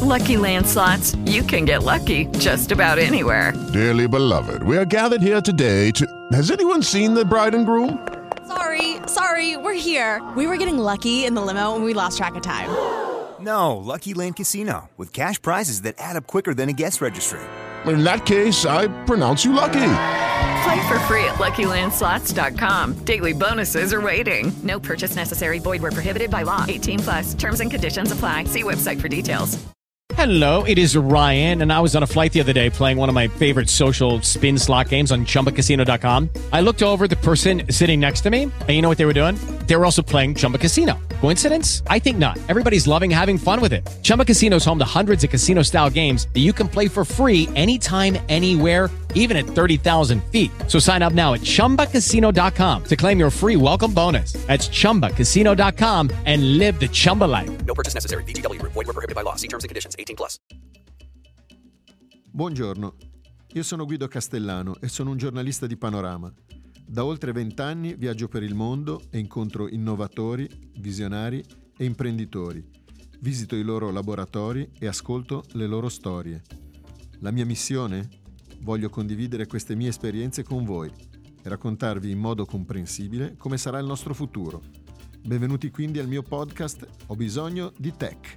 Lucky Land Slots, you can get lucky just about anywhere. Dearly beloved, we are gathered here today to... Has anyone seen the bride and groom? Sorry, we're here. We were getting lucky in the limo and we lost track of time. No, Lucky Land Casino, with cash prizes that add up quicker than a guest registry. In that case, I pronounce you lucky. Play for free at LuckyLandSlots.com. Daily bonuses are waiting. No purchase necessary. Void where prohibited by law. 18+. Terms and conditions apply. See website for details. Hello, it is Ryan, and I was on a flight the other day playing one of my favorite social spin slot games on ChumbaCasino.com. I looked over at the person sitting next to me, and you know what they were doing? They were also playing Chumba Casino. Coincidence? I think not. Everybody's loving having fun with it. Chumba Casino is home to hundreds of casino-style games that you can play for free anytime, anywhere, even at 30,000 feet. So sign up now at ChumbaCasino.com to claim your free welcome bonus. That's ChumbaCasino.com and live the Chumba life. No purchase necessary. VGW. Void where prohibited by law. See terms and conditions. 18+. Buongiorno, io sono Guido Castellano e sono un giornalista di Panorama. Da oltre 20 anni viaggio per il mondo e incontro innovatori, visionari e imprenditori. Visito i loro laboratori e ascolto le loro storie. La mia missione? Voglio condividere queste mie esperienze con voi e raccontarvi in modo comprensibile come sarà il nostro futuro. Benvenuti quindi al mio podcast Ho bisogno di tech.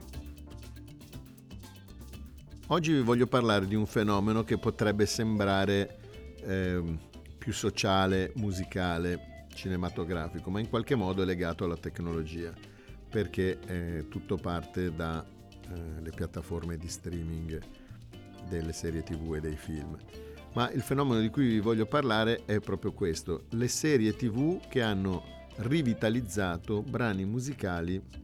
Oggi vi voglio parlare di un fenomeno che potrebbe sembrare più sociale, musicale, cinematografico, ma in qualche modo è legato alla tecnologia, perché tutto parte dalle piattaforme di streaming delle serie TV e dei film. Ma il fenomeno di cui vi voglio parlare è proprio questo: le serie TV che hanno rivitalizzato brani musicali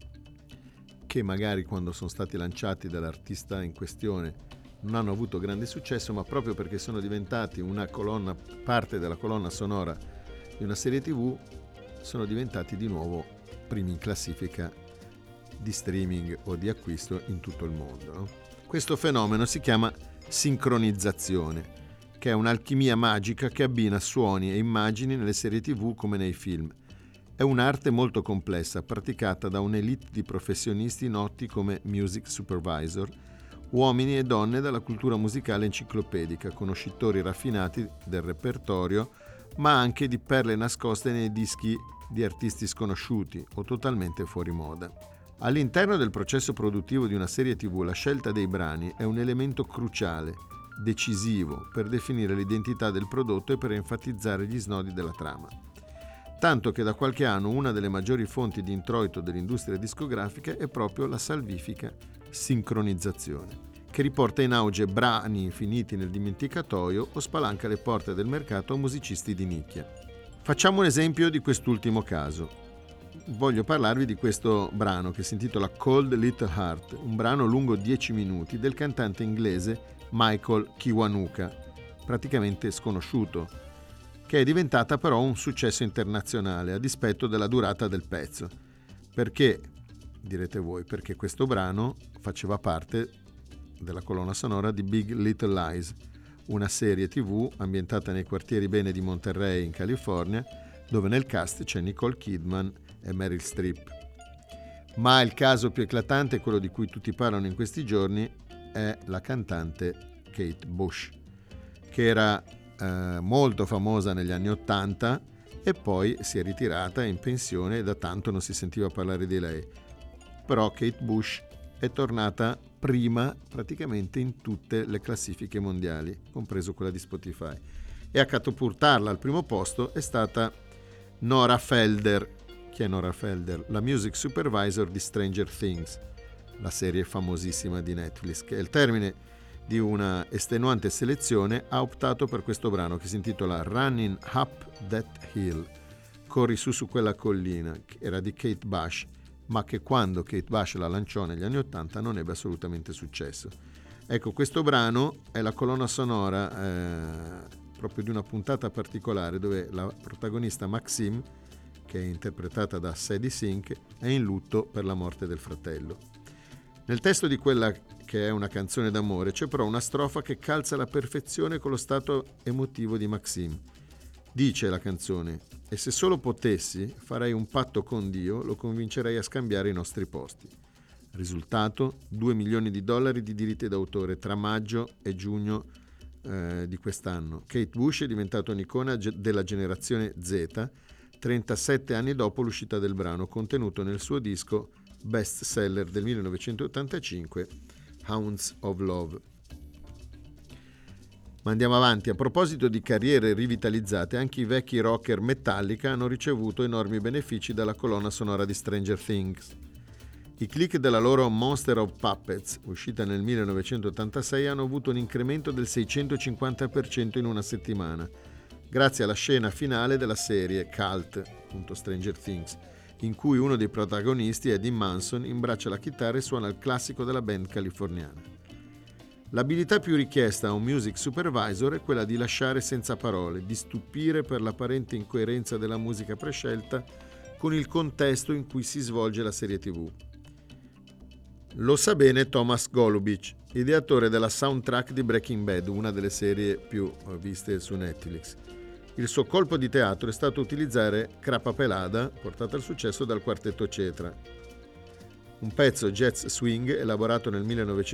che magari quando sono stati lanciati dall'artista in questione non hanno avuto grande successo, ma proprio perché sono diventati parte della colonna sonora di una serie TV, sono diventati di nuovo primi in classifica di streaming o di acquisto in tutto il mondo, no? Questo fenomeno si chiama sincronizzazione, che è un'alchimia magica che abbina suoni e immagini nelle serie TV come nei film. È un'arte molto complessa, praticata da un'elite di professionisti noti come music supervisor, uomini e donne dalla cultura musicale enciclopedica, conoscitori raffinati del repertorio, ma anche di perle nascoste nei dischi di artisti sconosciuti o totalmente fuori moda. All'interno del processo produttivo di una serie TV, la scelta dei brani è un elemento cruciale, decisivo, per definire l'identità del prodotto e per enfatizzare gli snodi della trama. Tanto che da qualche anno una delle maggiori fonti di introito dell'industria discografica è proprio la salvifica sincronizzazione, che riporta in auge brani finiti nel dimenticatoio o spalanca le porte del mercato a musicisti di nicchia. Facciamo un esempio di quest'ultimo caso. Voglio parlarvi di questo brano che si intitola Cold Little Heart, un brano lungo 10 minuti del cantante inglese Michael Kiwanuka, praticamente sconosciuto, che è diventata però un successo internazionale a dispetto della durata del pezzo. Perché, direte voi, perché questo brano faceva parte della colonna sonora di Big Little Lies, una serie TV ambientata nei quartieri bene di Monterey in California, dove nel cast c'è Nicole Kidman e Meryl Streep. Ma il caso più eclatante, quello di cui tutti parlano in questi giorni, è la cantante Kate Bush, che era molto famosa negli anni '80 e poi si è ritirata in pensione e da tanto non si sentiva parlare di lei. Però Kate Bush è tornata prima praticamente in tutte le classifiche mondiali, compreso quella di Spotify, e a catapultarla al primo posto è stata Nora Felder. Chi è Nora Felder? La music supervisor di Stranger Things, la serie famosissima di Netflix, che è il termine di una estenuante selezione, ha optato per questo brano che si intitola Running Up That Hill, corri su quella collina, che era di Kate Bush, ma che quando Kate Bush la lanciò negli anni '80 non ebbe assolutamente successo. Ecco, questo brano è la colonna sonora proprio di una puntata particolare dove la protagonista Maxime, che è interpretata da Sadie Sink, è in lutto per la morte del fratello. Nel testo di quella che è una canzone d'amore c'è però una strofa che calza alla perfezione con lo stato emotivo di Maxime. Dice la canzone: e se solo potessi farei un patto con Dio, lo convincerei a scambiare i nostri posti. Risultato: $2 milioni di diritti d'autore tra maggio e giugno di quest'anno. Kate Bush è diventata un'icona della generazione Z 37 anni dopo l'uscita del brano, contenuto nel suo disco best seller del 1985, Hounds of Love. Ma andiamo avanti. A proposito di carriere rivitalizzate, anche i vecchi rocker Metallica hanno ricevuto enormi benefici dalla colonna sonora di Stranger Things. I click della loro Monster of Puppets, uscita nel 1986, hanno avuto un incremento del 650% in una settimana, grazie alla scena finale della serie cult, appunto Stranger Things, in cui uno dei protagonisti, Eddie Manson, imbraccia la chitarra e suona il classico della band californiana. L'abilità più richiesta a un music supervisor è quella di lasciare senza parole, di stupire per l'apparente incoerenza della musica prescelta con il contesto in cui si svolge la serie TV. Lo sa bene Thomas Golubic, ideatore della soundtrack di Breaking Bad, una delle serie più viste su Netflix. Il suo colpo di teatro è stato utilizzare Crapa Pelada, portata al successo dal quartetto Cetra. Un pezzo jazz swing elaborato nel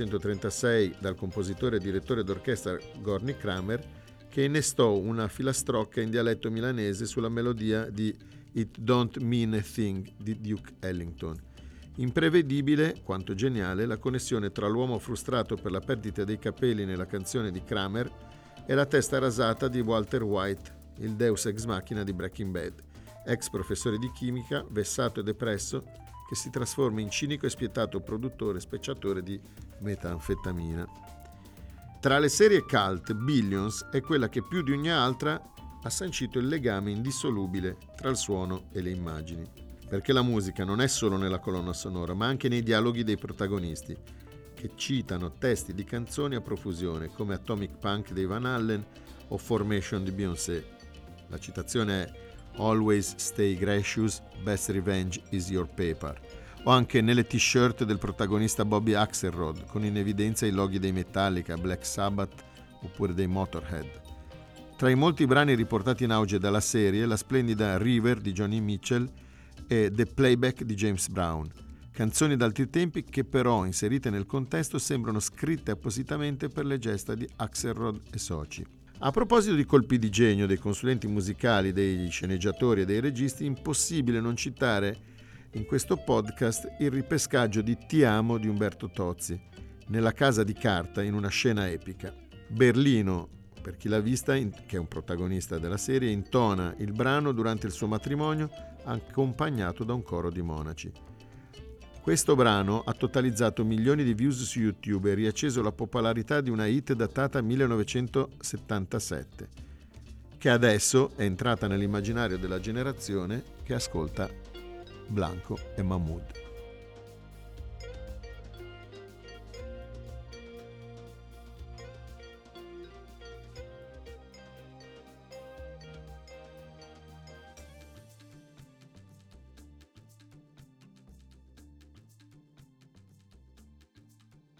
1936 dal compositore e direttore d'orchestra Gorny Kramer, che innestò una filastrocca in dialetto milanese sulla melodia di It Don't Mean a Thing di Duke Ellington. Imprevedibile quanto geniale la connessione tra l'uomo frustrato per la perdita dei capelli nella canzone di Kramer e la testa rasata di Walter White, il deus ex machina di Breaking Bad, ex professore di chimica, vessato e depresso, che si trasforma in cinico e spietato produttore e spacciatore di metanfetamina. Tra le serie cult, Billions è quella che più di ogni altra ha sancito il legame indissolubile tra il suono e le immagini. Perché la musica non è solo nella colonna sonora, ma anche nei dialoghi dei protagonisti, che citano testi di canzoni a profusione, come Atomic Punk dei Van Halen o Formation di Beyoncé. La citazione è Always stay gracious, best revenge is your paper. O anche nelle t-shirt del protagonista Bobby Axelrod, con in evidenza i loghi dei Metallica, Black Sabbath oppure dei Motorhead. Tra i molti brani riportati in auge dalla serie, la splendida River di Johnny Mitchell e The Playback di James Brown, canzoni d'altri tempi che però, inserite nel contesto, sembrano scritte appositamente per le gesta di Axelrod e soci. A proposito di colpi di genio dei consulenti musicali, degli sceneggiatori e dei registi, impossibile non citare in questo podcast il ripescaggio di Ti amo di Umberto Tozzi, nella casa di carta in una scena epica. Berlino, per chi l'ha vista, che è un protagonista della serie, intona il brano durante il suo matrimonio accompagnato da un coro di monaci. Questo brano ha totalizzato milioni di views su YouTube e riacceso la popolarità di una hit datata 1977, che adesso è entrata nell'immaginario della generazione che ascolta Blanco e Mahmood.